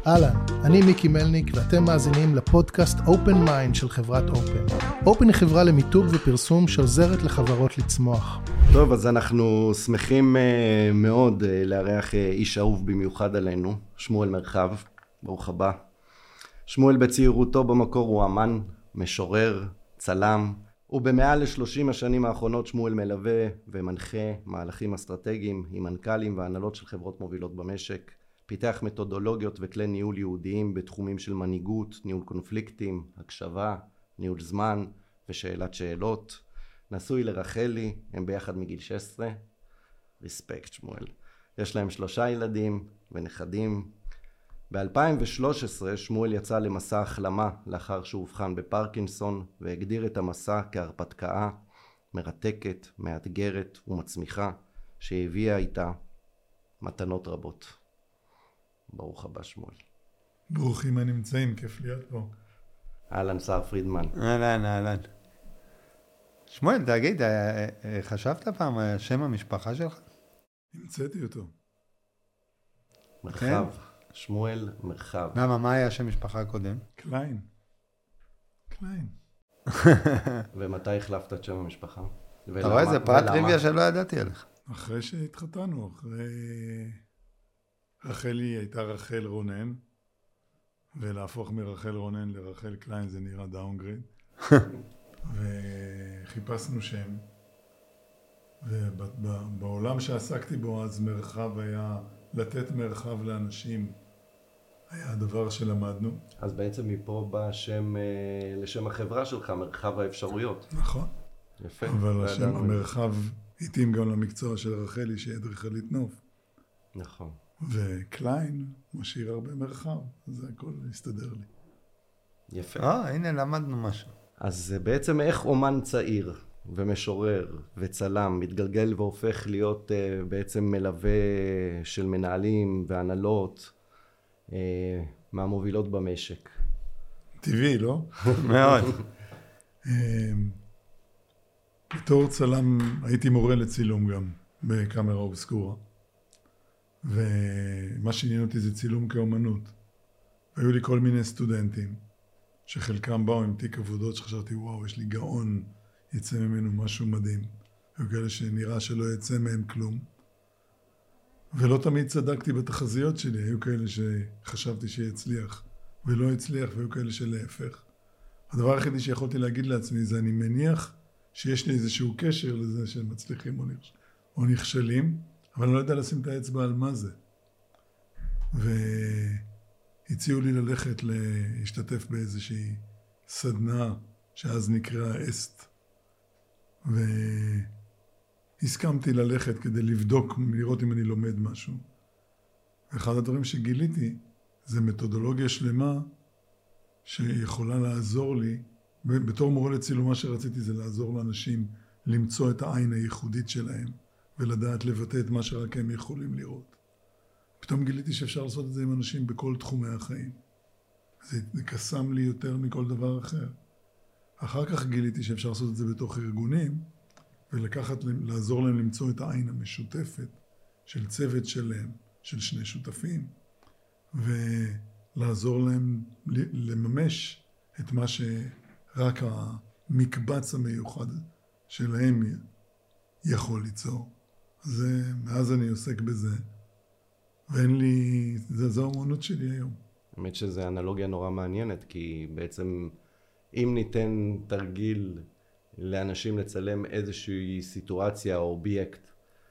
אהלן, אני מיקי מלניק ואתם מאזינים לפודקאסט Open Mind של חברת Open. Open היא חברה למיתוג ופרסום שעוזרת לחברות לצמוח. טוב, אז אנחנו שמחים מאוד לארח איש אהוב במיוחד עלינו, שמואל מרחב, ברוך הבא. שמואל בצעירותו במקור הוא אמן, משורר, צלם, ובמעל ל30 השנים האחרונות שמואל מלווה ומנחה מהלכים אסטרטגיים עם מנכ"לים והנהלות של חברות מובילות במשק. פיתח מתודולוגיות וכלי ניהול ייעודיים בתחומים של מנהיגות, ניהול קונפליקטים, הקשבה, ניהול זמן ושאלת שאלות. נשוי לרחלי, הם ביחד מגיל 16. ריספקט שמואל. יש להם 3 ילדים ונכדים. ב-2013 שמואל יצא למסע החלמה לאחר שהוא אובחן בפרקינסון והגדיר את המסע כהרפתקה מרתקת, מאתגרת ומצמיחה שהביאה איתה מתנות רבות. ברוך הבא שמואל. ברוכים הנמצאים, כיף להיות פה. אהלן שר פרידמן. אהלן. שמואל, תגיד, חשבת פעם על שם המשפחה שלך? המצאתי אותו. מרחב. שמואל מרחב. למה, מה היה שם משפחה הקודם? קליין. ומתי החלפת את שם המשפחה? אתה רואה, זה פרט טריוויה שלא ידעתי עליך. אחרי שהתחתנו, רחלי הייתה רחל רונן, ולהפוך מרחל רונן לרחל קליין זה נראה דאונגריד. וחיפשנו שם, ובעולם שעסקתי בו אז מרחב היה לתת מרחב לאנשים, היה הדבר שלמדנו. אז בעצם מפה בא שם לשם החברה שלך, מרחב האפשרויות. נכון. יפה. אבל השם המרחב התאים גם למקצוע של רחלי שהיא אדריכלית נוף. נכון. וקליין משאיר הרבה מרחב, אז זה הכל הסתדר לי. יפה. הנה למדנו משהו. אז בעצם איך אומן צעיר ומשורר וצלם מתגלגל והופך להיות בעצם מלווה של מנהלים והנהלות מהמובילות במשק? טבעי, לא? מאוד. בתור צלם הייתי מורה לצילום גם בקאמרה אובסקורה. ומה שעניין אותי זה צילום כאומנות. היו לי כל מיני סטודנטים שחלקם באו עם תיק עבודות שחשבתי וואו יש לי גאון, יצא ממנו משהו מדהים. היו כאלה שנראה שלא יצא מהם כלום. ולא תמיד צדקתי בתחזיות שלי, היו כאלה שחשבתי שיצליח ולא הצליח והיו כאלה שלהפך. הדבר היחידי שיכולתי להגיד לעצמי זה אני מניח שיש לי איזשהו קשר לזה שהם מצליחים או נכשלים, אבל אני לא יודע לשים את האצבע על מה זה. והציעו לי ללכת להשתתף באיזושהי סדנה שאז נקרא אסט. והסכמתי ללכת כדי לבדוק, לראות אם אני לומד משהו. ואחד הדברים שגיליתי זה מתודולוגיה שלמה שיכולה לעזור לי. בתור מורה לצילום מה שרציתי זה לעזור לאנשים למצוא את העין הייחודית שלהם. ולדעת לבטא את מה שרק הם יכולים לראות. פתאום גיליתי שאפשר לעשות את זה עם אנשים בכל תחומי החיים. זה קסם לי יותר מכל דבר אחר. אחר כך גיליתי שאפשר לעשות את זה בתוך ארגונים, לעזור להם למצוא את העין המשותפת של צוות שלהם, של 2 שותפים, ולעזור להם לממש את מה שרק המקבץ המיוחד שלהם יכול ליצור. מאז אני עוסק בזה, ואין לי, זו האמנות שלי היום. האמת שזו אנלוגיה נורא מעניינת, כי בעצם אם ניתן תרגיל לאנשים לצלם איזושהי סיטואציה או אובייקט,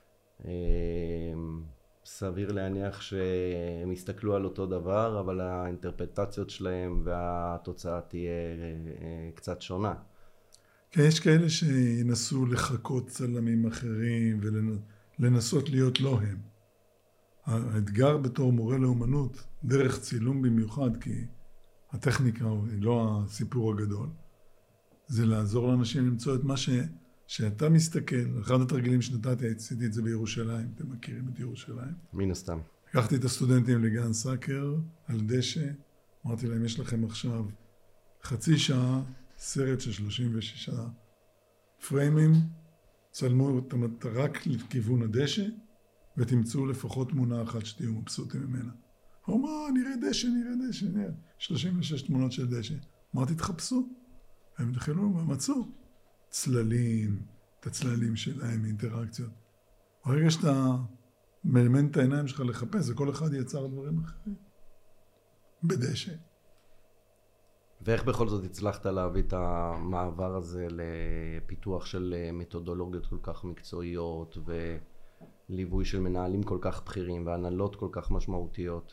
סביר להניח שהם יסתכלו על אותו דבר, אבל האינטרפרטציות שלהם והתוצאה תהיה קצת שונה. כן, יש כאלה שינסו לחכות צלמים אחרים ולנסות להיות לא הם. האתגר בתור מורה לאומנות, דרך צילום במיוחד, כי הטכניקה היא לא הסיפור הגדול, זה לעזור לאנשים למצוא את מה שאתה מסתכל. אחד התרגילים שנתתי, עשיתי את זה בירושלים, אתם מכירים את ירושלים? מן הסתם. לקחתי את הסטודנטים לגן סאקר על דשא, אמרתי להם יש לכם עכשיו חצי שעה, סרט של 36 פריימים, צלמו אותם רק לכיוון הדשא, ותמצאו לפחות תמונה אחת שתהיו מבסוטים ממנה. הוא אמר, נראה דשא, 36 תמונות של דשא. אמרתי, תחפשו. הם התחילו ומצאו צללים, את הצללים שלהם, אינטראקציות. ברגע שאתה מלמד את העיניים שלך לחפש, וכל אחד יצר דברים אחרים. בדשא. ואיך בכל זאת הצלחת להביא את המעבר הזה לפיתוח של מתודולוגיות כל כך מקצועיות וליווי של מנהלים כל כך בכירים והנהלות כל כך משמעותיות?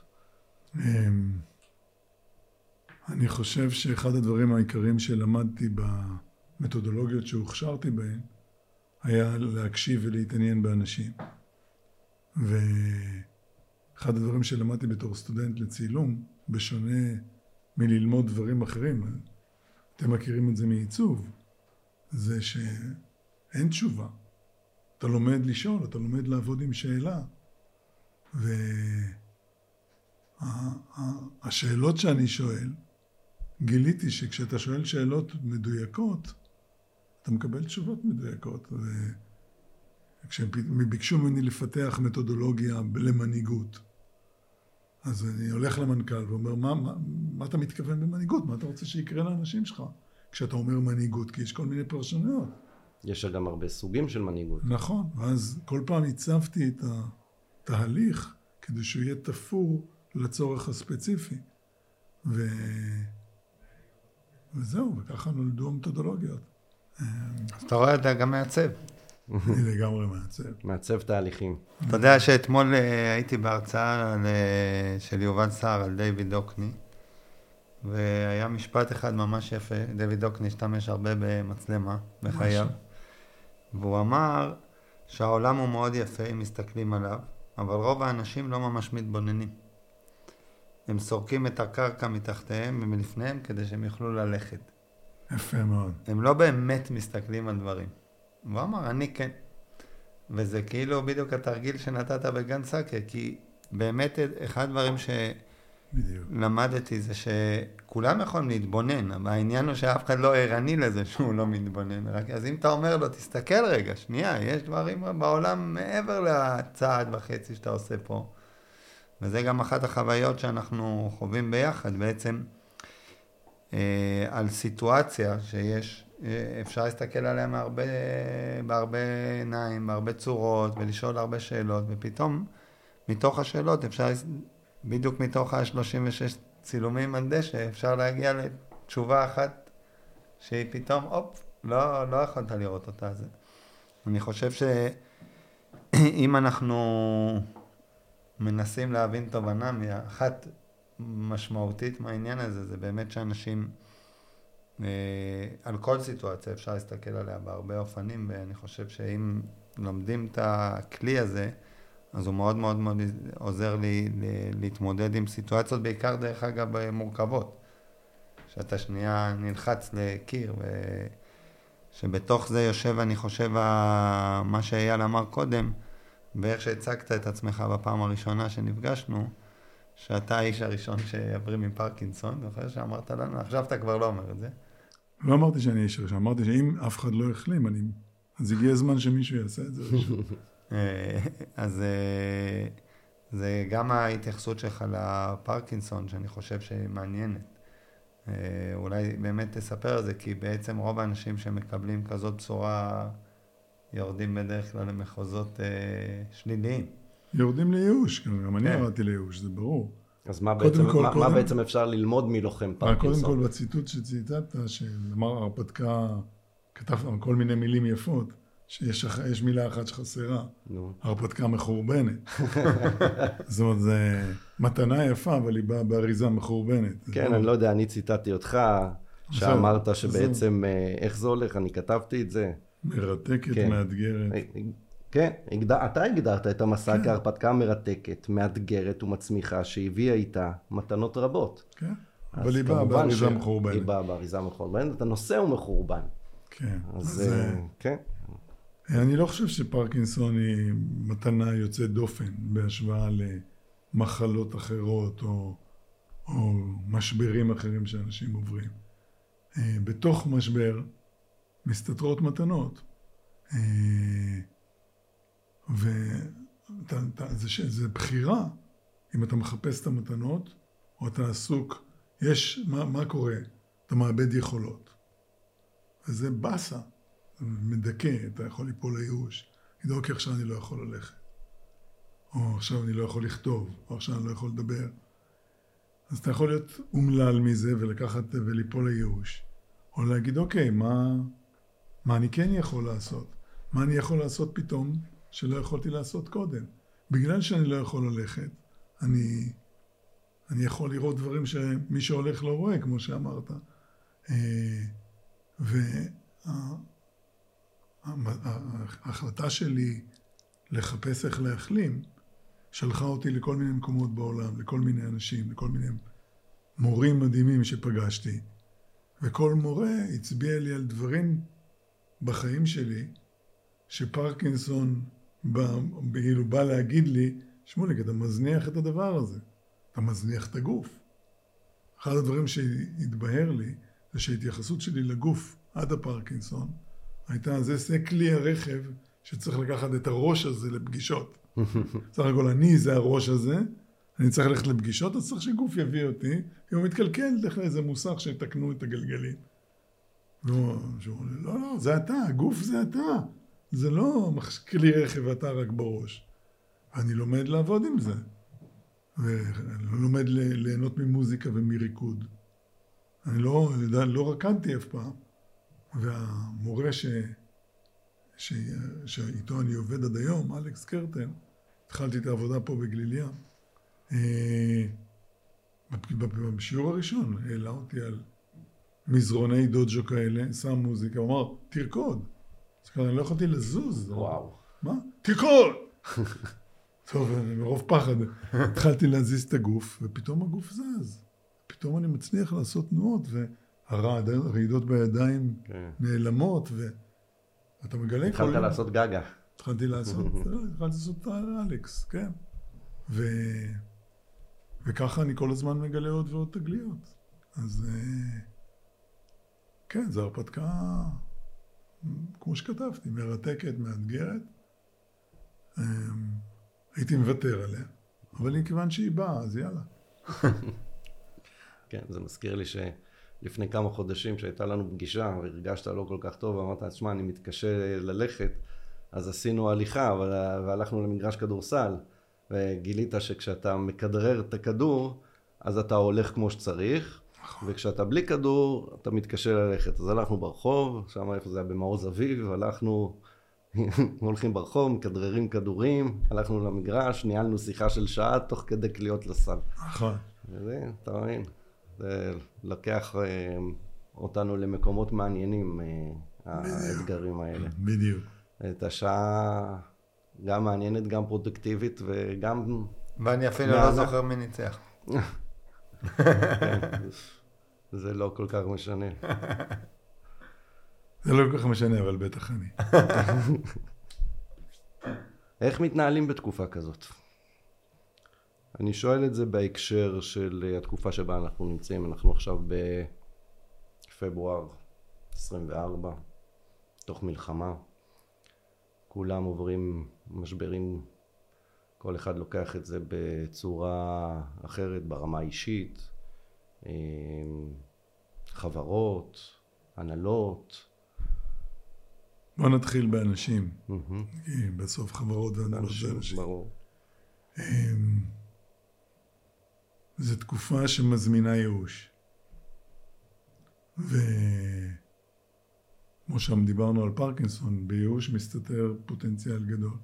אני חושב שאחד הדברים העיקריים שלמדתי במתודולוגיות שהוכשרתי בהן היה להקשיב ולהתעניין באנשים. ואחד הדברים שלמדתי בתור סטודנט לצילום, בשונה מללמוד דברים אחרים, אתם מכירים את זה מעיצוב, זה שאין תשובה. אתה לומד לשאול, אתה לומד לעבוד עם שאלה. והשאלות שאני שואל, גיליתי שכשאתה שואל שאלות מדויקות, אתה מקבל תשובות מדויקות. וכשהם ביקשו ממני לפתח מתודולוגיה למנהיגות, אז אני הולך למנכ"ל ואומר, מה אתה מתכוון במנהיגות? מה אתה רוצה שיקרה לאנשים שלך? כשאתה אומר מנהיגות, כי יש כל מיני פרשנויות. יש גם הרבה סוגים של מנהיגות. נכון, ואז כל פעם הצבתי את התהליך כדי שהוא יהיה תפור לצורך הספציפי. וזהו, וככה נולדו המתודולוגיות. אז אתה רואה, אתה גם מעצב. אני לגמרי מעצב. מעצב תהליכים. אתה יודע שאתמול הייתי בהרצאה של יובל סער על דיוויד אוקני, והיה משפט אחד ממש יפה. דיוויד אוקני השתמש הרבה במצלמה בחייו, והוא אמר שהעולם הוא מאוד יפה אם מסתכלים עליו, אבל רוב האנשים לא ממש מתבוננים. הם סורקים את הקרקע מתחתיהם ומלפניהם כדי שהם יוכלו ללכת. יפה מאוד. הם לא באמת מסתכלים על דברים. והוא אמר, אני כן. וזה כאילו בדיוק התרגיל שנתת בגן סאקר, כי באמת אחד הדברים שלמדתי זה שכולם יכולים להתבונן, אבל העניין הוא שאף אחד לא ערני לזה שהוא לא מתבונן. רק אז אם אתה אומר לו, תסתכל רגע, שנייה, יש דברים בעולם מעבר לצעד וחצי שאתה עושה פה. וזה גם אחת החוויות שאנחנו חווים ביחד, בעצם על סיטואציה שיש, אפשר להסתכל עליה בהרבה עיניים, בהרבה צורות, ולשאול הרבה שאלות, ופתאום מתוך השאלות אפשר, בדיוק מתוך ה-36 צילומים על דשא, אפשר להגיע לתשובה אחת שהיא פתאום, לא יכולת לראות אותה. אז אני חושב שאם אנחנו מנסים להבין תובנה, אחת משמעותית מהעניין הזה, זה באמת שאנשים, על כל סיטואציה אפשר להסתכל עליה בהרבה אופנים, ואני חושב שאם לומדים את הכלי הזה, אז הוא מאוד מאוד מאוד עוזר לי להתמודד עם סיטואציות, בעיקר דרך אגב מורכבות, שאתה שנייה נלחץ לקיר, ושבתוך זה יושב, אני חושב, מה שאייל אמר קודם, באיך שהצגת את עצמך בפעם הראשונה שנפגשנו, שאתה האיש הראשון שיבריא מפרקינסון, זוכר שאמרת לנו, עכשיו אתה כבר לא אומר את זה. לא אמרתי שאני איש ראשון, אמרתי שאם אף אחד לא החלים, אז הגיע הזמן שמישהו יעשה את זה ראשון. אז זה גם ההתייחסות שלך לפרקינסון, שאני חושב שהיא מעניינת. אולי באמת תספר על זה, כי בעצם רוב האנשים שמקבלים כזאת בשורה, יורדים בדרך כלל למחוזות שליליים. יורדים לייאוש, גם אני ירדתי לייאוש, זה ברור. אז מה בעצם אפשר ללמוד מלוחם פרקינסון? קודם כל בציטוט שציטטת, שאמר הרפתקה, כתב כל מיני מילים יפות, שיש מילה אחת שחסרה, הרפתקה מחורבנת. זאת אומרת, זו מתנה יפה, אבל היא באה באריזה מחורבנת. כן, אני לא יודע, אני ציטטתי אותך, שאמרת שבעצם, איך זה הולך, אני כתבתי את זה. מרתקת, מאתגרת. כן, אתה הגדרת את המסע כהרפתקה מרתקת, מאתגרת ומצמיחה, שהביאה איתה מתנות רבות. כן, אבל היא באה באריזה מחורבנת. היא באה באריזה מחורבנת, הנושא הוא מחורבן. כן. אז כן. אני לא חושב שפרקינסון היא מתנה יוצאת דופן, בהשוואה למחלות אחרות, או משברים אחרים שאנשים עוברים. בתוך משבר מסתתרות מתנות. זה בחירה אם אתה מחפש את המתנות, או אתה עסוק, מה קורה? אתה מאבד יכולות. וזה בסה, זה מדכא, אתה יכול ליפול לייאוש. ידעו, כי עכשיו אני לא יכול ללכת. או עכשיו אני לא יכול לכתוב, או עכשיו אני לא יכול לדבר. אז אתה יכול להיות אומלל מזה ולקחת וליפול לייאוש. או להגיד, אוקיי, מה אני כן יכול לעשות? מה אני יכול לעשות פתאום שלא יכולתי לעשות קודם? בגלל שאני לא יכול ללכת, אני יכול לראות דברים שמי שהולך לא רואה, כמו שאמרת. וההחלטה שלי לחפש איך להחלים, שלחה אותי לכל מיני מקומות בעולם, לכל מיני אנשים, לכל מיני מורים מדהימים שפגשתי. וכל מורה הצביע לי על דברים בחיים שלי, שפרקינסון בא להגיד לי, שמוליק, אתה מזניח את הדבר הזה, אתה מזניח את הגוף. אחד הדברים שהתבהר לי, זה שההתייחסות שלי לגוף עד הפרקינסון, הייתה, זה כלי הרכב שצריך לקחת את הראש הזה לפגישות. סך הכל זה הראש הזה, אני צריך ללכת לפגישות, אז צריך שגוף יביא אותי, אם הוא מתקלקל, לך לאיזה מוסך שיתקנו את הגלגלים. והוא אומר, לא, זה אתה, הגוף זה אתה. זה לא כלי רכב ואתה רק בראש. אני לומד לעבוד עם זה. ואני לומד ליהנות ממוזיקה ומריקוד. אני לא רקדתי אף פעם. והמורה שאיתו אני עובד עד היום, אלכס קרטן, התחלתי את העבודה פה בגליל ים. בשיעור הראשון העלה אותי על מזרוני דוג'ו כאלה, שם מוזיקה, הוא אמר, תרקוד. אז אני לא יכולתי לזוז. וואו. מה? תרקוד! טוב, מרוב פחד, התחלתי להזיז את הגוף, ופתאום הגוף זז. פתאום אני מצליח לעשות תנועות, והרעידות בידיים נעלמות, ואתה מגלה... התחלת לעשות גגה. התחלתי לעשות את אלכס, כן. וככה אני כל הזמן מגלה עוד ועוד תגליות. אז כן, זו הרפתקה, כמו שכתבתי, מרתקת, מאתגרת. הייתי מוותר עליה, אבל כיוון שהיא באה, אז יאללה. כן, זה מזכיר לי שלפני כמה חודשים שהייתה לנו פגישה, והרגשת לא כל כך טוב, ואמרת, תשמע, אני מתקשה ללכת, אז עשינו הליכה, והלכנו למגרש כדורסל, וגילית שכשאתה מכדרר את הכדור, אז אתה הולך כמו שצריך, וכשאתה בלי כדור, אתה מתקשה ללכת. אז הלכנו ברחוב, שם איפה זה היה במעוז אביב, הלכנו, הולכים ברחוב, מכדררים כדורים, הלכנו למגרש, ניהלנו שיחה של שעה, תוך כדי קליעות לסל. נכון. וזה, אתה מבין, זה לקח אותנו למקומות מעניינים, האתגרים האלה. בדיוק. את השעה גם מעניינת, גם פרודוקטיבית וגם... ואני אפילו לא זוכר מי ניצח. זה לא כל כך משנה. זה לא כל כך משנה, אבל בטח אני. איך מתנהלים בתקופה כזאת? אני שואל את זה בהקשר של התקופה שבה אנחנו נמצאים. אנחנו עכשיו בפברואר 24, תוך מלחמה. כולם עוברים משברים, כל אחד לוקח את זה בצורה אחרת, ברמה אישית, חברות, הנהלות. בוא נתחיל באנשים, בסוף חברות והנהלות באנשים. ברור. זו תקופה שמזמינה ייאוש. כמו שם דיברנו על פרקינסון, בייאוש מסתתר פוטנציאל גדול.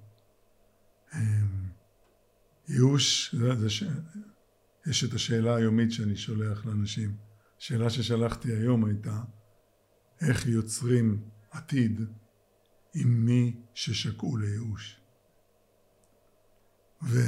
ייאוש, יש את השאלה היומית שאני שולח לאנשים. השאלה ששלחתי היום הייתה, איך יוצרים עתיד עם מי ששקעו לייאוש? ואחד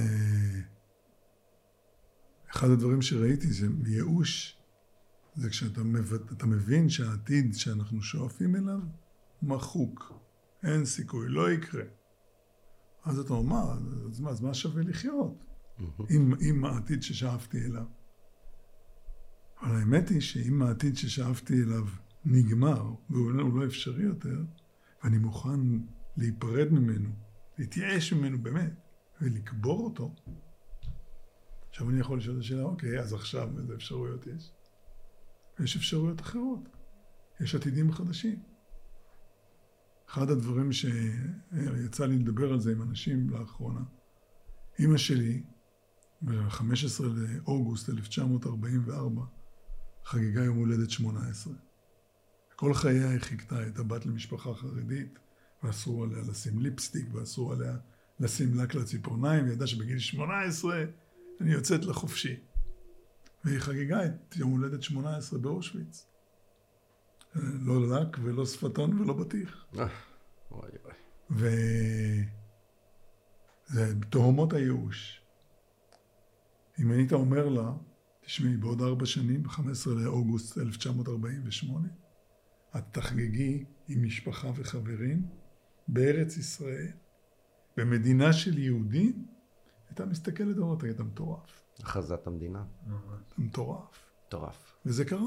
הדברים שראיתי זה ייאוש, זה כשאתה מבין שהעתיד שאנחנו שואפים אליו מחוק, אין סיכוי, לא יקרה. אז אתה אומר, אז מה שווה לחיות עם העתיד ששאפתי אליו? אבל האמת היא שאם העתיד ששאפתי אליו נגמר, והוא לא אפשרי יותר, ואני מוכן להיפרד ממנו, להתייאש ממנו באמת, ולקבור אותו, עכשיו אני יכול לשאול את השאלה, אוקיי, אז עכשיו איזה אפשרויות יש? יש אפשרויות אחרות. יש עתידים חדשים. אחד הדברים שיצא לי לדבר על זה עם אנשים לאחרונה, אמא שלי, ב-15 לאוגוסט 1944, חגיגה יום הולדת 18. כל חייה היא חיכתה את הבת למשפחה חרדית, ואסרו עליה לשים ליפסטיק, ואסרו עליה לשים לק לציפורניים, וידעה שבגיל 18 אני יוצאת לחופשי. והיא חגיגה את יום הולדת 18 באושוויץ. לא לק ולא שפתון ולא בטיח. וואי וואי. וזה תהומות הייאוש. אם היית אומר לה, תשמעי, בעוד 4 שנים, ב-15 לאוגוסט 1948, את תחגגי עם משפחה וחברים בארץ ישראל, במדינה של יהודים, הייתה מסתכלת ואומרת, אתה מטורף. הכרזת המדינה. אתה מטורף. מטורף. וזה קרה.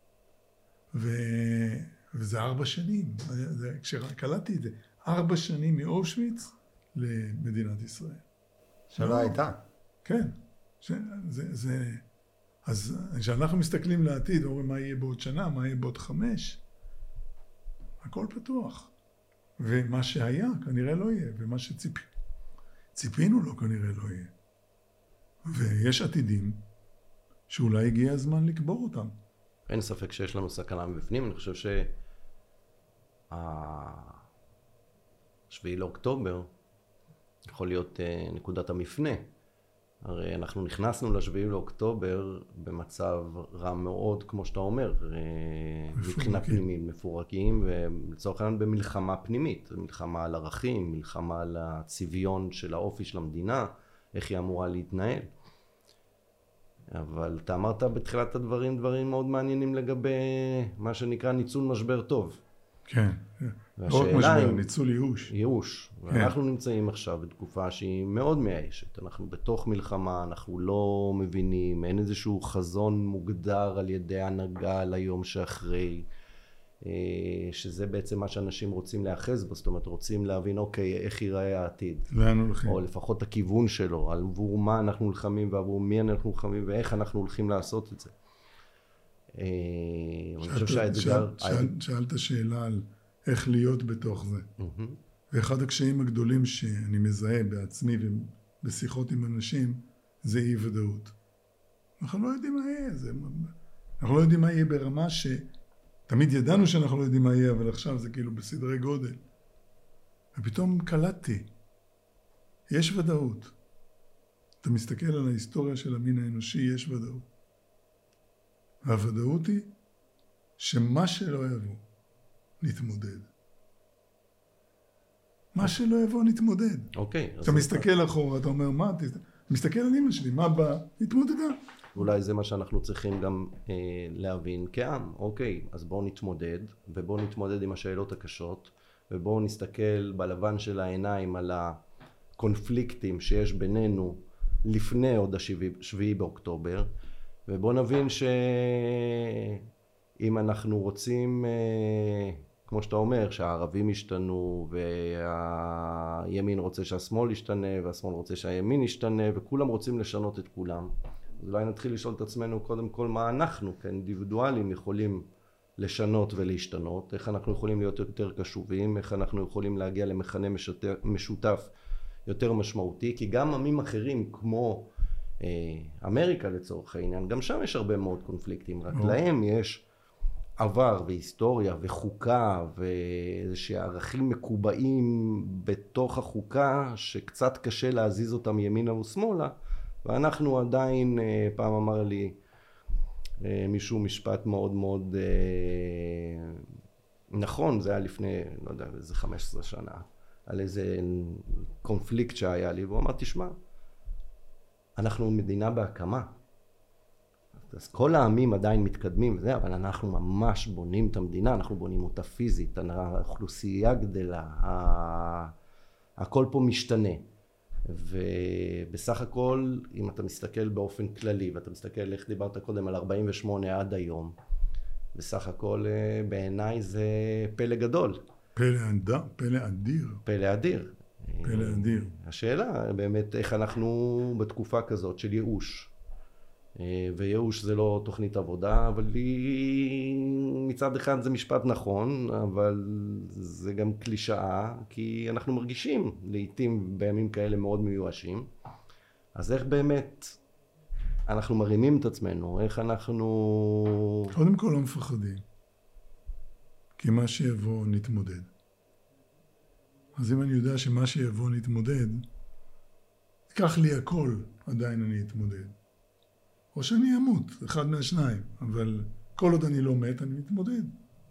וזה 4 שנים. כשקלטתי את זה, 4 שנים מאושוויץ למדינת ישראל. שלא הייתה. כן. אז כשאנחנו מסתכלים לעתיד, אומרים מה יהיה בעוד שנה, מה יהיה בעוד 5, הכל פתוח. ומה שהיה כנראה לא יהיה, ומה שציפינו לו כנראה לא יהיה. ויש עתידים שאולי הגיע הזמן לקבור אותם. אין ספק שיש לנו סכנה מבפנים. אני חושב ש7 לאוקטובר יכול להיות נקודת המפנה. הרי אנחנו נכנסנו ל7 לאוקטובר במצב רע מאוד, כמו שאתה אומר, מבחינה פנימית, מפורקים, ולצורך העניין במלחמה פנימית, מלחמה על ערכים, מלחמה על הצביון של האופי של המדינה, איך היא אמורה להתנהל. אבל אתה אמרת בתחילת הדברים, דברים מאוד מעניינים לגבי מה שנקרא ניצול משבר טוב. כן, לא רק משבר, ניצול ייאוש. ייאוש. ואנחנו נמצאים עכשיו בתקופה שהיא מאוד מייאשת. אנחנו בתוך מלחמה, אנחנו לא מבינים, אין איזשהו חזון מוגדר על ידי הנהגה ליום שאחרי, שזה בעצם מה שאנשים רוצים להאחז בו, זאת אומרת, רוצים להבין, אוקיי, איך ייראה העתיד. לאן הולכים? או לפחות הכיוון שלו, על עבור מה אנחנו נלחמים ועבור מי אנחנו נלחמים ואיך אנחנו הולכים לעשות את זה. שאלת שאלה על איך להיות בתוך זה. ואחד הקשיים הגדולים שאני מזהה בעצמי ובשיחות עם אנשים, זה אי ודאות. אנחנו לא יודעים מה יהיה. אנחנו לא יודעים מה יהיה ברמה תמיד ידענו שאנחנו לא יודעים מה יהיה, אבל עכשיו זה כאילו בסדרי גודל. ופתאום קלטתי. יש ודאות. אתה מסתכל על ההיסטוריה של המין האנושי, יש ודאות. והוודאות היא שמה שלא יבוא, נתמודד. מה שלא יבוא, נתמודד. אוקיי. אתה מסתכל אחורה, אתה אומר, מה? מסתכל על אמא שלי, מה בא? נתמודדה. אולי זה מה שאנחנו צריכים גם להבין כעם. אוקיי, אז בואו נתמודד, ובואו נתמודד עם השאלות הקשות, ובואו נסתכל בלבן של העיניים על הקונפליקטים שיש בינינו לפני עוד 7 באוקטובר, ובואו נבין שאם אנחנו רוצים, כמו שאתה אומר, שהערבים ישתנו, והימין רוצה שהשמאל ישתנה, והשמאל רוצה שהימין ישתנה, וכולם רוצים לשנות את כולם. אז אולי נתחיל לשאול את עצמנו קודם כל מה אנחנו כאינדיבידואלים יכולים לשנות ולהשתנות, איך אנחנו יכולים להיות יותר קשובים, איך אנחנו יכולים להגיע למכנה משותף יותר משמעותי, כי גם עמים אחרים כמו אמריקה לצורך העניין, גם שם יש הרבה מאוד קונפליקטים, רק להם יש עבר והיסטוריה וחוקה ואיזושהי ערכים מקובעים בתוך החוקה שקצת קשה להזיז אותם ימינה ושמאלה, ואנחנו עדיין, פעם אמר לי מישהו משפט מאוד מאוד נכון, זה היה לפני, לא יודע, איזה 15 שנה, על איזה קונפליקט שהיה לי, והוא אמר, תשמע, אנחנו מדינה בהקמה, אז כל העמים עדיין מתקדמים וזה, אבל אנחנו ממש בונים את המדינה, אנחנו בונים אותה פיזית, האוכלוסייה גדלה, הכל פה משתנה. ובסך הכל, אם אתה מסתכל באופן כללי, ואתה מסתכל איך דיברת קודם על 48 עד היום, בסך הכל בעיניי זה פלא גדול. פלא אדיר. פלא אדיר. פלא אדיר. השאלה באמת איך אנחנו בתקופה כזאת של ייאוש, וייאוש זה לא תוכנית עבודה, אבל מצד אחד זה משפט נכון, אבל זה גם קלישאה, כי אנחנו מרגישים לעתים בימים כאלה מאוד מיואשים. אז איך באמת אנחנו מרימים את עצמנו? איך אנחנו... קודם כל לא מפחדים, כי מה שיבוא נתמודד. אז אם אני יודע שמה שיבוא נתמודד, תיקח לי הכל, עדיין אני אתמודד. או שאני אמות, אחד מהשניים, אבל כל עוד אני לא מת, אני מתמודד.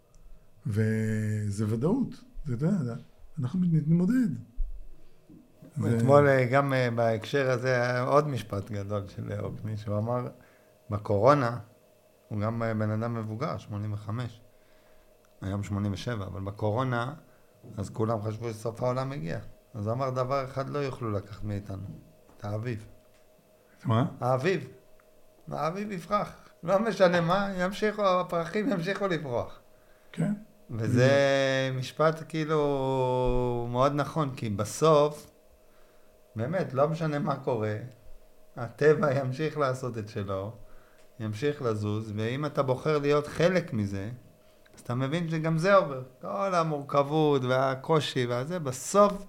וזה ודאות, אתה יודע, אנחנו נתמודד. אתמול גם בהקשר הזה היה עוד משפט גדול של אופני, שהוא אמר, בקורונה, הוא גם בן אדם מבוגר, 85, היום 87, אבל בקורונה, אז כולם חשבו שסוף העולם הגיע. אז הוא אמר, דבר אחד לא יוכלו לקחת מאיתנו, את האביב. מה? האביב. האביב יפרח. לא משנה מה, הפרחים ימשיכו לפרוח. כן. וזה משפט כאילו מאוד נכון, כי בסוף, באמת, לא משנה מה קורה, הטבע ימשיך לעשות את שלו, ימשיך לזוז, ואם אתה בוחר להיות חלק מזה, אז אתה מבין שגם זה עובר. כל המורכבות והקושי והזה, בסוף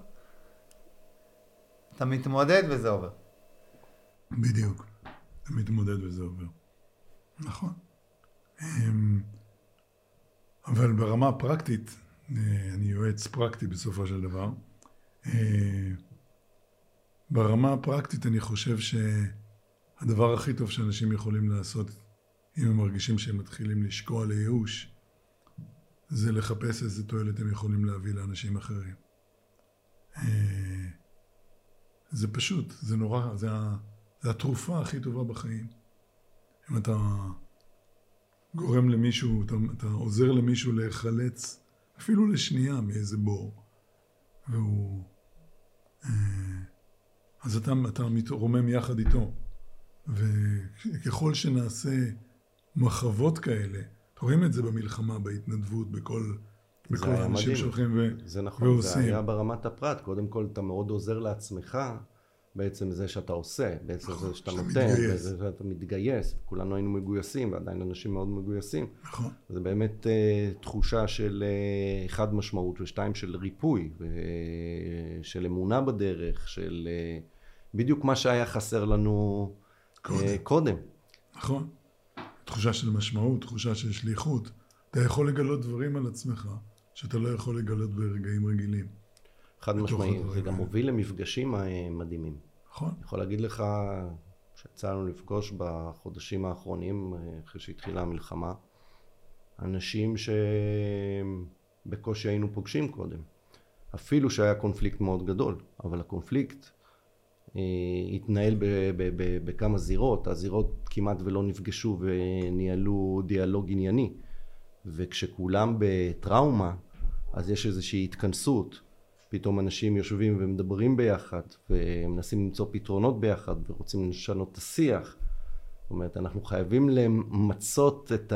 אתה מתמודד וזה עובר. בדיוק. אתה מתמודד וזה עובר. נכון. אבל ברמה הפרקטית, אני יועץ פרקטי בסופו של דבר, ברמה הפרקטית אני חושב שהדבר הכי טוב שאנשים יכולים לעשות, אם הם מרגישים שהם מתחילים לשקוע לייאוש, זה לחפש איזה תועלת הם יכולים להביא לאנשים אחרים. זה פשוט, זה נורא, זה התרופה הכי טובה בחיים. אם אתה גורם למישהו, אתה עוזר למישהו להיחלץ, אפילו לשנייה מאיזה בור, והוא... אז אתה מתרומם יחד איתו. וככל שנעשה מחוות כאלה, רואים את זה במלחמה, בהתנדבות, בכל האנשים שהולכים ועושים. זה נכון, זה היה ברמת הפרט. קודם כל אתה מאוד עוזר לעצמך, בעצם זה שאתה עושה, בעצם זה שאתה נותן, זה שאתה מתגייס. כולנו היינו מגויסים, ועדיין אנשים מאוד מגויסים. נכון. זה באמת תחושה של אחד משמעות, ושתיים של ריפוי, של אמונה בדרך, של בדיוק מה שהיה חסר לנו קודם. נכון. תחושה של משמעות, תחושה של שליחות. אתה יכול לגלות דברים על עצמך, שאתה לא יכול לגלות ברגעים רגילים. חד משמעי, זה גם מוביל למפגשים מדהימים. נכון. אני יכול להגיד לך שיצא לנו לפגוש בחודשים האחרונים, אחרי שהתחילה המלחמה, אנשים שבקושי היינו פוגשים קודם. אפילו שהיה קונפליקט מאוד גדול, אבל הקונפליקט התנהל בכמה זירות, הזירות כמעט ולא נפגשו וניהלו דיאלוג ענייני. וכשכולם בטראומה, אז יש איזושהי התכנסות. פתאום אנשים יושבים ומדברים ביחד, ומנסים למצוא פתרונות ביחד, ורוצים לשנות את השיח. זאת אומרת, אנחנו חייבים למצות את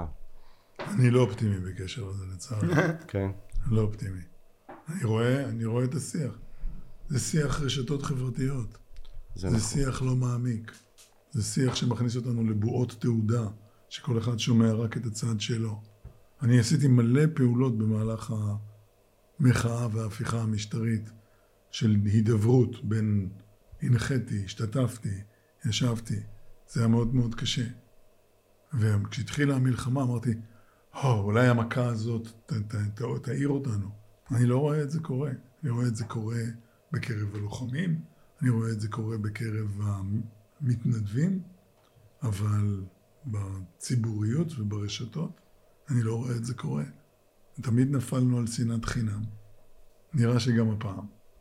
אני לא אופטימי בקשר לזה, לצערי. כן. אני לא אופטימי. אני רואה את השיח. זה שיח רשתות חברתיות. זה נכון. שיח לא מעמיק. זה שיח שמכניס אותנו לבועות תעודה, שכל אחד שומע רק את הצד שלו. אני עשיתי מלא פעולות במהלך המחאה וההפיכה המשטרית של הידברות בין הנחיתי, השתתפתי, ישבתי. זה היה מאוד מאוד קשה. וכשהתחילה המלחמה אמרתי, אולי המכה הזאת תעיר אותנו. אני לא רואה את זה קורה. אני רואה את זה קורה בקרב הלוחמים, אני רואה את זה קורה בקרב המתנדבים, אבל בציבוריות וברשתות, אני לא רואה את זה קורה. תמיד נפלנו על שנאת חינם. נראה שגם הפעם.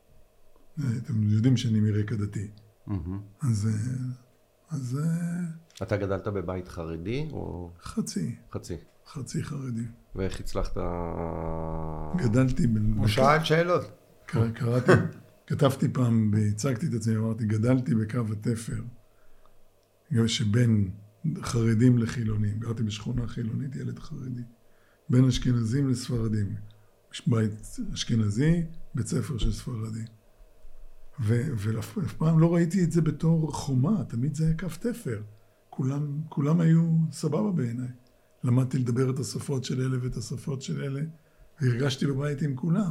אתם יודעים שאני מרקע דתי. אז... אתה גדלת בבית חרדי או... חצי. חצי. חצי חרדי. ואיך הצלחת... גדלתי... הוא שאל שאלות. כתבתי פעם, והצגתי את עצמי, אמרתי, גדלתי בקו התפר, שבין חרדים לחילונים, גרתי בשכונה חילונית, ילד חרדי, בין אשכנזים לספרדים, בית אשכנזי, בית ספר של ספרדים. ואף פעם לא ראיתי את זה בתור חומה, תמיד זה היה קו תפר. כולם היו סבבה בעיניי. למדתי לדבר את השפות של אלה ואת השפות של אלה, והרגשתי בבית עם כולם.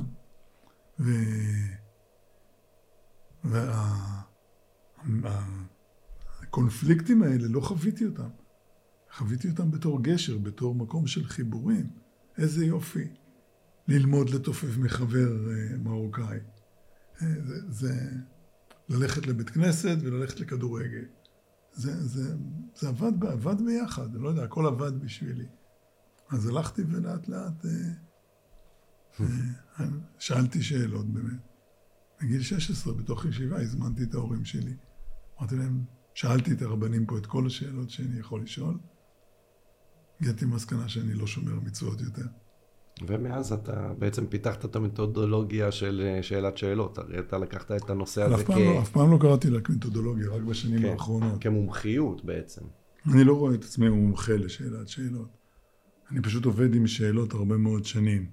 והקונפליקטים האלה, לא חוויתי אותם. חוויתי אותם בתור גשר, בתור מקום של חיבורים. איזה יופי. ללמוד לתופף מחבר מרוקאי. זה ללכת לבית כנסת וללכת לכדורגל. זה עבד ביחד, לא יודע, הכל עבד בשבילי. אז הלכתי ולאט לאט שאלתי שאלות באמת. בגיל 16 בתוך ישיבה הזמנתי את ההורים שלי. אמרתי להם, שאלתי את הרבנים פה את כל השאלות שאני יכול לשאול. הגעתי מסקנה שאני לא שומר מצוות יותר. ומאז אתה בעצם פיתחת את המתודולוגיה של שאלת שאלות. הרי אתה לקחת את הנושא הזה אף פעם לא קראתי לה מתודולוגיה, רק בשנים האחרונות. כמומחיות בעצם. אני לא רואה את עצמי מומחה לשאלת שאלות. אני פשוט עובד עם שאלות הרבה מאוד שנים.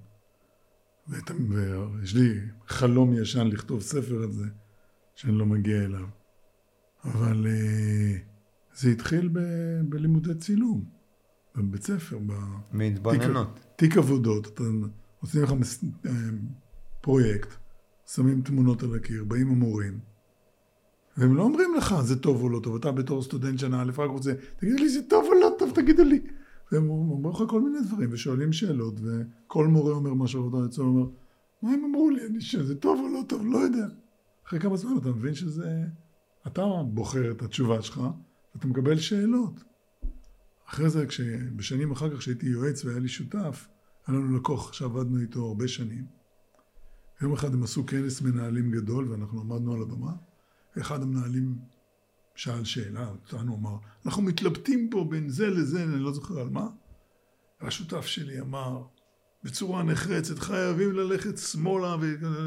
ויש לי חלום ישן לכתוב ספר על זה, שאני לא מגיע אליו. אבל זה התחיל בלימודי צילום, בבית ספר, מהתבוננות. תיק עבודות, אתה עושים לך פרויקט, שמים תמונות על הקיר, באים המורים, והם לא אומרים לך זה טוב או לא טוב, אתה בתור סטודנט שנה א' רק רוצה, תגיד לי זה טוב או לא טוב, תגידו לי. והם אומרים לך כל מיני דברים, ושואלים שאלות, וכל מורה אומר משהו, ואתה יוצא ואומר, מה הם אמרו לי? זה טוב או לא טוב, לא יודע. אחרי כמה זמן אתה מבין שזה, אתה בוחר את התשובה שלך, ואתה מקבל שאלות. אחרי זה, בשנים אחר כך שהייתי יועץ והיה לי שותף, היה לנו לקוח שעבדנו איתו הרבה שנים. יום אחד הם עשו כנס מנהלים גדול, ואנחנו עמדנו על הבמה, ואחד המנהלים שאל שאלה, אותנו אמר, אנחנו מתלבטים פה בין זה לזה, אני לא זוכר על מה. והשותף שלי אמר, בצורה נחרצת, חייבים ללכת שמאלה,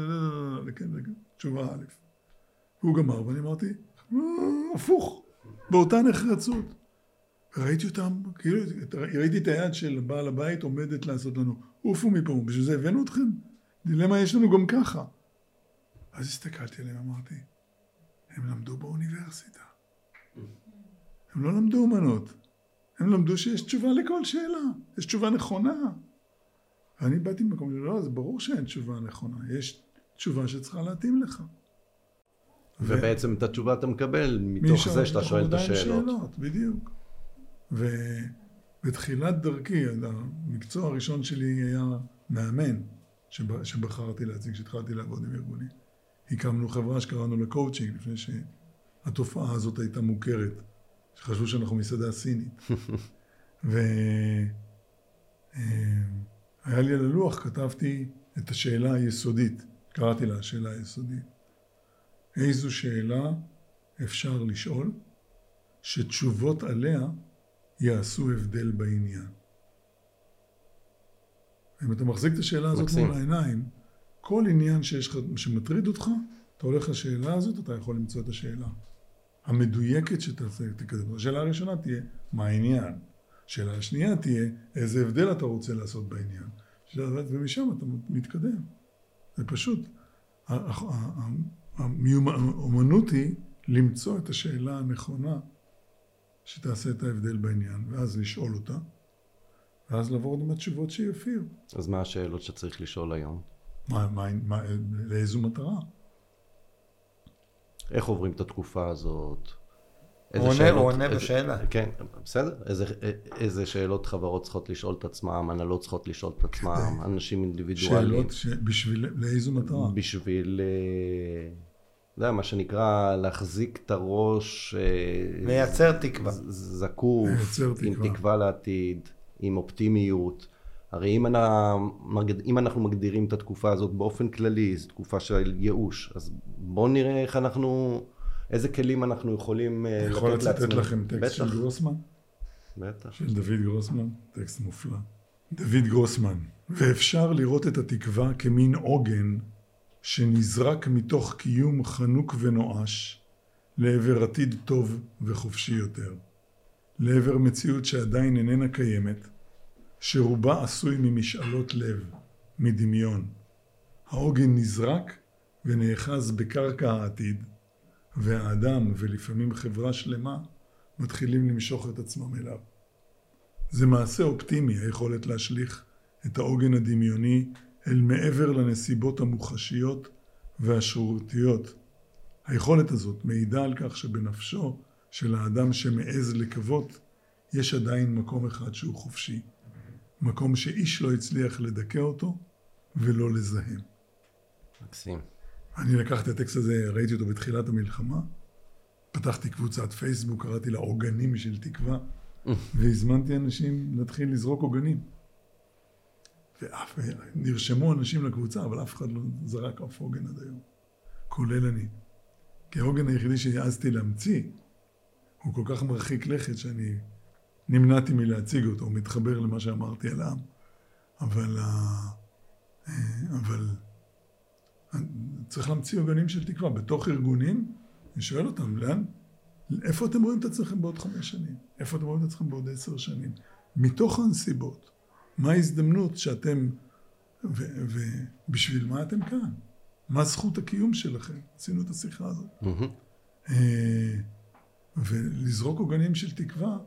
תשובה א'. והוא גמר, ואני אמרתי, הפוך, באותה נחרצות. וראיתי אותם, כאילו, ראיתי את היד של בעל הבית עומדת לעשות לנו, עופו מפה, בשביל זה הבאנו אתכם, דילמה יש לנו גם ככה. אז הסתכלתי עליהם, אמרתי, הם למדו באוניברסיטה. הם לא למדו אומנות. הם למדו שיש תשובה לכל שאלה. יש תשובה נכונה. ואני באתי במקום, לא, זה ברור שאין תשובה נכונה. יש תשובה שצריכה להתאים לך. ובעצם את התשובה אתה מקבל מתוך זה שאתה שואל את השאלות. בדיוק. ובתחילת דרכי, המקצוע הראשון שלי היה מאמן, שבחרתי להציג, שהתחלתי לעבוד עם ארגונים. הקמנו חברה שקראנו לקואוצ'ינג, לפני שהתופעה הזאת הייתה מוכרת, שחשבו שאנחנו מסעדה סינית. והיה לי על הלוח, כתבתי את השאלה היסודית, קראתי לה השאלה היסודית. איזו שאלה אפשר לשאול שתשובות עליה יעשו הבדל בעניין? אם אתה מחזיק את השאלה הזאת מול העיניים, כל עניין שמטריד אותך, אתה הולך לשאלה הזאת, אתה יכול למצוא את השאלה המדויקת שתקדם. השאלה הראשונה תהיה, מה העניין? השאלה השנייה תהיה, איזה הבדל אתה רוצה לעשות בעניין? ומשם אתה מתקדם. זה פשוט. האומנות היא למצוא את השאלה הנכונה שתעשה את ההבדל בעניין, ואז לשאול אותה, ואז לעבור עם התשובות שיופיעו. אז מה השאלות שצריך לשאול היום? לאיזו מטרה? איך עוברים את התקופה הזאת? הוא עונה בשאלה. כן, בסדר. איזה שאלות חברות צריכות לשאול את עצמם, הנהלות צריכות לשאול את עצמם, אנשים אינדיבידואליים. שאלות לאיזו מטרה? בשביל, מה שנקרא, להחזיק את הראש. לייצר תקווה. זקוף, עם תקווה לעתיד, עם אופטימיות. הרי אם אנחנו מגדירים את התקופה הזאת באופן כללי, זו תקופה של ייאוש, אז בואו נראה איך איזה כלים אנחנו יכולים לתת לעצמנו. יכול לצטט לכם טקסט של גרוסמן? בטח. של דוד גרוסמן, טקסט מופלא. דוד גרוסמן, ואפשר לראות את התקווה כמין עוגן שנזרק מתוך קיום חנוק ונואש לעבר עתיד טוב וחופשי יותר, לעבר מציאות שעדיין איננה קיימת, שרובה עשוי ממשאלות לב, מדמיון. העוגן נזרק ונאחז בקרקע העתיד, והאדם ולפעמים חברה שלמה מתחילים למשוך את עצמם אליו. זה מעשה אופטימי, היכולת להשליך את העוגן הדמיוני אל מעבר לנסיבות המוחשיות והשרירותיות. היכולת הזאת מעידה על כך שבנפשו של האדם שמעז לקוות, יש עדיין מקום אחד שהוא חופשי. מקום שאיש לא הצליח לדכא אותו ולא לזהם. מקסים. אני לקחתי את הטקסט הזה, ראיתי אותו בתחילת המלחמה, פתחתי קבוצת פייסבוק, קראתי לה עוגנים של תקווה, והזמנתי אנשים להתחיל לזרוק עוגנים. נרשמו אנשים לקבוצה, אבל אף אחד לא זרק אף עוגן עד היום. כולל אני. כי העוגן היחידי שהעזתי להמציא, הוא כל כך מרחיק לכת שאני נמנעתי מלהציג אותו, הוא מתחבר למה שאמרתי על העם. אבל צריך להמציא עוגנים של תקווה. בתוך ארגונים, אני שואל אותם, לאן? איפה אתם רואים את עצמכם בעוד 5 שנים? איפה אתם רואים את עצמכם בעוד 10 שנים? מתוך הנסיבות. מה ההזדמנות שאתם, ובשביל מה אתם כאן? מה זכות הקיום שלכם? עשינו את השיחה הזאת. ולזרוק עוגנים של תקווה,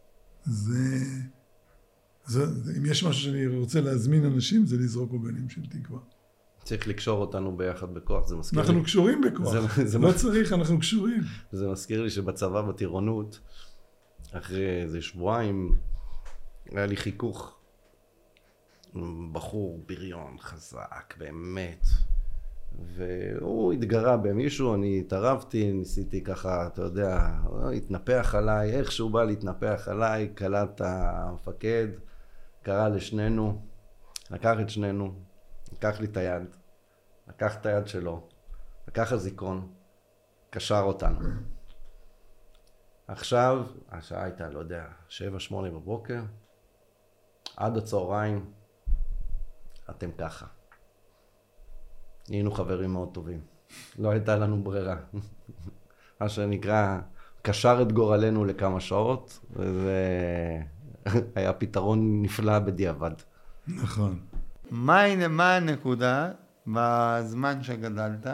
אם יש משהו שאני רוצה להזמין אנשים, זה לזרוק עוגנים של תקווה. צריך לקשור אותנו ביחד בכוח, זה מזכיר לי. אנחנו קשורים בכוח, לא צריך, אנחנו קשורים. זה מזכיר לי שבצבא בטירונות, אחרי איזה שבועיים, היה לי חיכוך. בחור בריון, חזק, באמת. והוא התגרה במישהו, אני התערבתי, ניסיתי ככה, אתה יודע, התנפח עליי, איך שהוא בא להתנפח עליי, קלט המפקד, קרא לשנינו, לקח את שנינו, לקח לי את היד, לקח את היד שלו, לקח הזיכרון, קשר אותנו. עכשיו, השעה הייתה, לא יודע, 7-8 בבוקר, עד הצהריים, אתם ככה. היינו חברים מאוד טובים. לא הייתה לנו ברירה. מה שנקרא, קשר את גורלנו לכמה שעות, וזה היה פתרון נפלא בדיעבד. נכון. מה הנקודה בזמן שגדלת,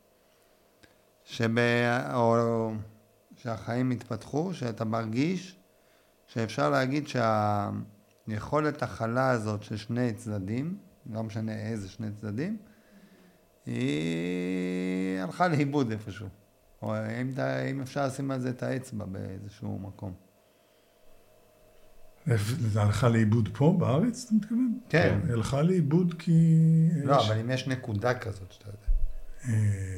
או שהחיים התפתחו, שאתה מרגיש שאפשר להגיד שהיכולת הכלה הזאת של שני צדדים, לא משנה איזה שני צדדים, היא הלכה לאיבוד איפשהו. או אם אפשר לשים על זה את האצבע באיזשהו מקום. זה הלכה לאיבוד פה בארץ, אתה מתכוון? כן. הלכה לאיבוד כי... לא, אבל אם יש נקודה כזאת שאתה יודע.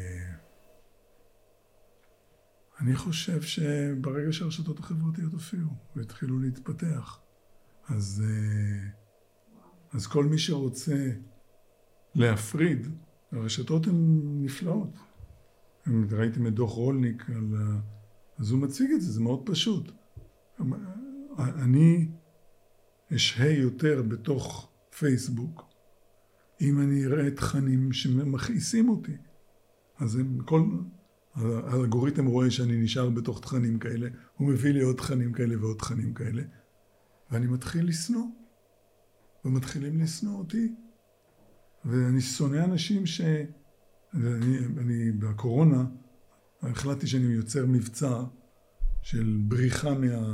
אני חושב שברגע שהרשתות החברתיות הופיעו והתחילו להתפתח, אז כל מי שרוצה להפריד, הרשתות הן נפלאות. ראיתם את דוח רולניק, אז הוא מציג את זה, זה מאוד פשוט. אני אשהה יותר בתוך פייסבוק, אם אני אראה תכנים שמכעיסים אותי. אז האלגוריתם רואה שאני נשאר בתוך תכנים כאלה, הוא מביא לי עוד תכנים כאלה ועוד תכנים כאלה, ואני מתחיל לשנוא, ומתחילים לשנוא אותי. ואני שונא אנשים אני בקורונה, החלטתי שאני יוצר מבצע של בריחה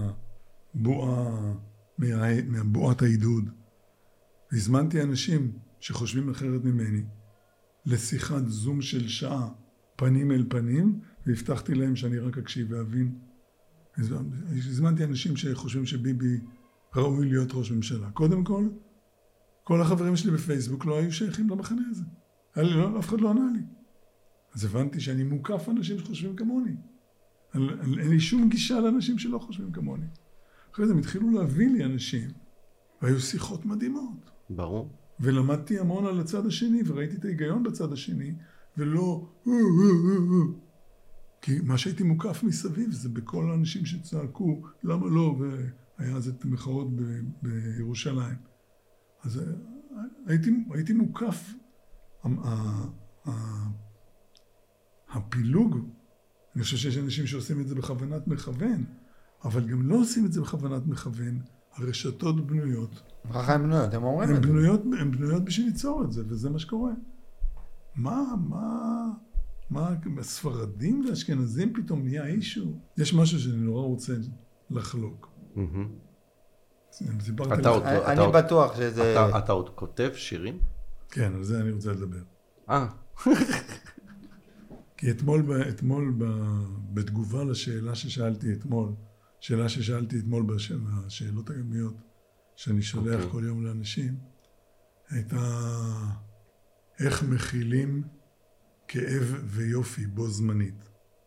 מהבועת העידוד. והזמנתי אנשים שחושבים אחרת ממני לשיחת זום של שעה, פנים אל פנים, והבטחתי להם שאני רק אקשיב ואבין. הזמנתי אנשים שחושבים שביבי ראוי להיות ראש ממשלה. קודם כל החברים שלי בפייסבוק לא היו שייכים למחנה הזה. אף אחד לא ענה לי. אז הבנתי שאני מוקף אנשים שחושבים כמוני. אין לי שום גישה לאנשים שלא חושבים כמוני. אחרי זה הם התחילו להביא לי אנשים, והיו שיחות מדהימות. ברור. ולמדתי המון על הצד השני, וראיתי את ההיגיון בצד השני, ולא... כי מה שהייתי מוקף מסביב זה בכל האנשים שצעקו, למה לא? והיה אז את המחאות בירושלים. אז הייתי מוקף. הפילוג, אני חושב שיש אנשים שעושים את זה בכוונת מכוון, אבל גם לא עושים את זה בכוונת מכוון. הרשתות בנויות. ככה הן בנויות, הם אומרים את זה. הן בנויות בשביל ליצור את זה, וזה מה שקורה. מה, הספרדים והאשכנזים פתאום נהיה אישו? יש משהו שאני נורא רוצה לחלוק. אני בטוח שזה... אתה עוד כותב שירים? כן, על זה אני רוצה לדבר. כי אתמול בתגובה לשאלה ששאלתי אתמול בשאלות היומיות שאני שולח כל יום לאנשים, הייתה איך מכילים כאב ויופי בו זמנית.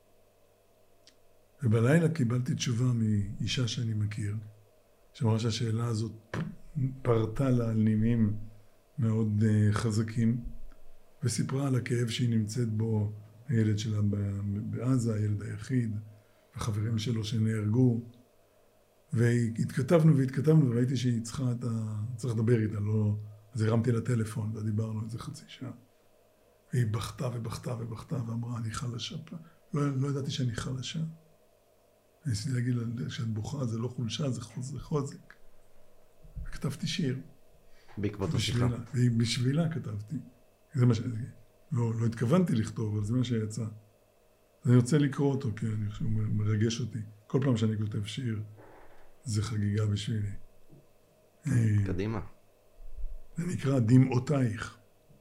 ובלילה קיבלתי תשובה מאישה שאני מכיר, שאמרה שהשאלה הזאת פרטה לה על נימים מאוד חזקים, וסיפרה על הכאב שהיא נמצאת בו, הילד שלה בעזה, הילד היחיד, החברים שלו שנהרגו, והתכתבנו וראיתי שהיא צריך לדבר איתה, אז הרמתי לה טלפון ודיברנו איזה חצי שעה. והיא בכתה ואמרה, אני חלשה. לא ידעתי שאני חלשה. ניסיתי להגיד לה, כשאת בוכה זה לא חולשה, זה חוזק. וכתבתי שיר. בעקבות השיחה. בשבילה כתבתי. זה מה לא התכוונתי לכתוב, אבל זה מה שיצא. אז אני רוצה לקרוא אותו, כי אני חושב, הוא מרגש אותי. כל פעם שאני כותב שיר, זה חגיגה בשבילי. קדימה. זה נקרא דמעותייך.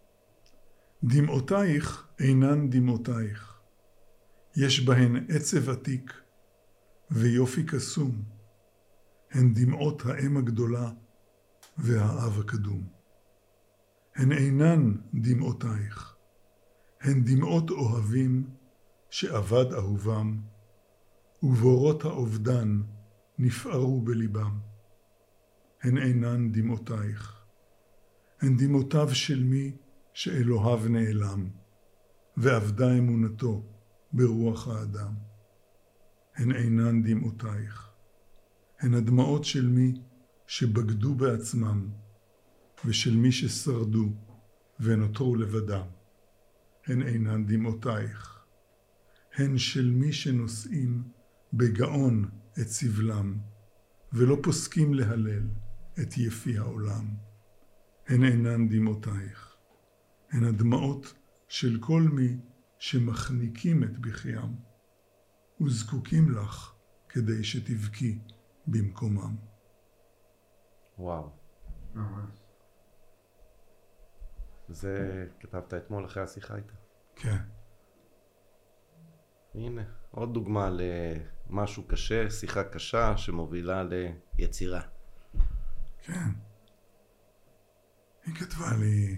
דמעותייך אינן דמעותייך. יש בהן עצב עתיק ויופי קסום. הן דמעות האם הגדולה והאב הקדום. הן אינן דמעותייך. הן דמעות אוהבים שאבד אהובם, ובורות האובדן נפערו בליבם. הן אינן דמעותייך. הן דמעותיו של מי שאלוהיו נעלם, ואבדה אמונתו ברוח האדם. הן אינן דמעותייך. הן הדמעות של מי שבגדו בעצמם, ושל מי ששרדו ונותרו לבדם. הן אינן דמעותייך. הן של מי שנושאים בגאון את סבלם, ולא פוסקים להלל את יפי העולם. הן אינן דמעותייך. הן הדמעות של כל מי שמחניקים את בכיים, וזקוקים לך כדי שתבכי במקומם. וואו. זה כתבת אתמול אחרי השיחה איתה. כן. הנה, עוד דוגמה למשהו קשה, שיחה קשה שמובילה ליצירה. כן. היא כתבה לי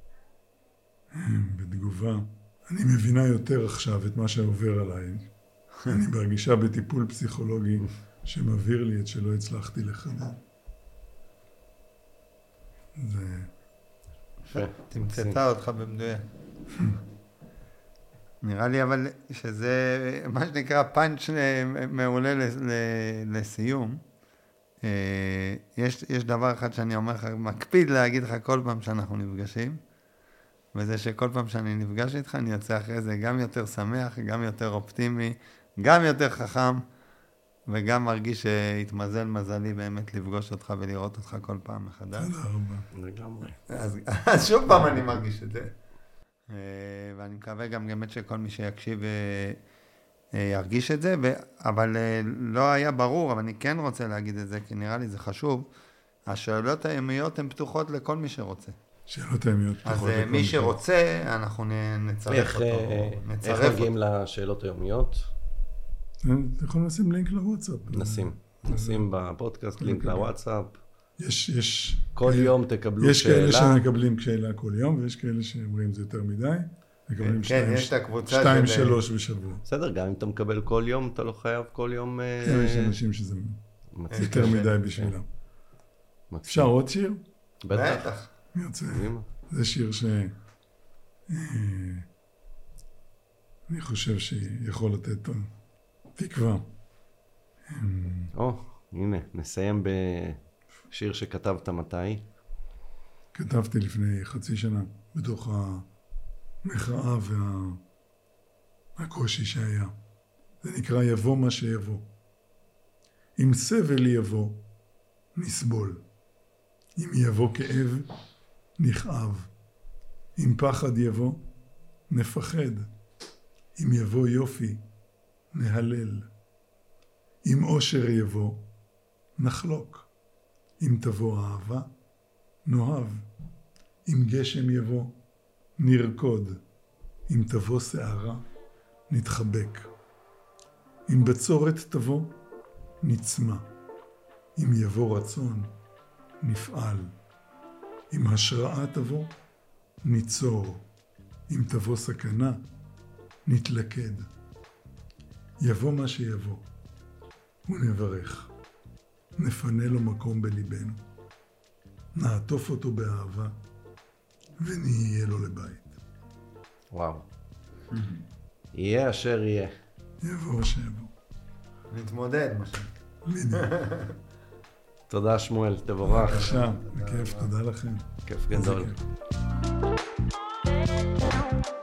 בתגובה, אני מבינה יותר עכשיו את מה שעובר עליי. אני ברגישה בטיפול פסיכולוגי שמבהיר לי את שלא הצלחתי לחדד. זה... תמצתה אותך במדויק. נראה לי אבל שזה מה שנקרא פאנץ' מעולה לסיום. יש דבר אחד שאני אומר לך, מקפיד להגיד לך כל פעם שאנחנו נפגשים, וזה שכל פעם שאני נפגש איתך אני יוצא אחרי זה גם יותר שמח, גם יותר אופטימי, גם יותר חכם, וגם מרגיש שהתמזל מזלי באמת לפגוש אותך ולראות אותך כל פעם מחדש. תודה רבה. לגמרי. אז שוב פעם אני מרגיש את זה. ואני מקווה גם באמת שכל מי שיקשיב ירגיש את זה, אבל לא היה ברור, אבל אני כן רוצה להגיד את זה, כי נראה לי זה חשוב. השאלות הימיות הן פתוחות לכל מי שרוצה. שאלות הימיות פתוחות לכל מי שרוצה. אז מי שרוצה, אנחנו נצרף אותו. איך מגיעים לשאלות היומיות? אתה יכול לשים לינק לוואטסאפ. נשים בפודקאסט לינק לוואטסאפ. יש כל יום תקבלו יש שאלה. יש כאלה שמקבלים שאלה כל יום, ויש כאלה שאומרים זה יותר מדי. מקבלים כן, יש את הקבוצה 2-3 בשבוע. בסדר, גם אם אתה מקבל כל יום, אתה לא חייב כל יום... כן, יש אנשים שזה יותר מדי בשבילם. אפשר עוד שיר? בטח. זה שיר אני חושב שיכול לתת תקווה. הנה, נסיים בשיר שכתבת מתי? כתבתי לפני חצי שנה, בתוך המחאה והקושי שהיה. זה נקרא יבוא מה שיבוא. אם סבל יבוא, נסבול. אם יבוא כאב, נכאב. אם פחד יבוא, נפחד. אם יבוא יופי, נהלל. אם אושר יבוא, נחלוק. אם תבוא אהבה, נאהב. אם גשם יבוא, נרקוד. אם תבוא שערה, נתחבק. אם בצורת תבוא, נצמא. אם יבוא רצון, נפעל. אם השראה תבוא, ניצור. אם תבוא סכנה, נתלכד. יבוא מה שיבוא, ונברך. נפנה לו מקום בליבנו. נעטוף אותו באהבה, ונהיה לו לבית. וואו. יהיה אשר יהיה. יבוא שיבוא. נתמודד, משהו. בדיוק. תודה שמואל, תבורך. בבקשה, בכיף, תודה לכם. כיף גדול. איזה כיף.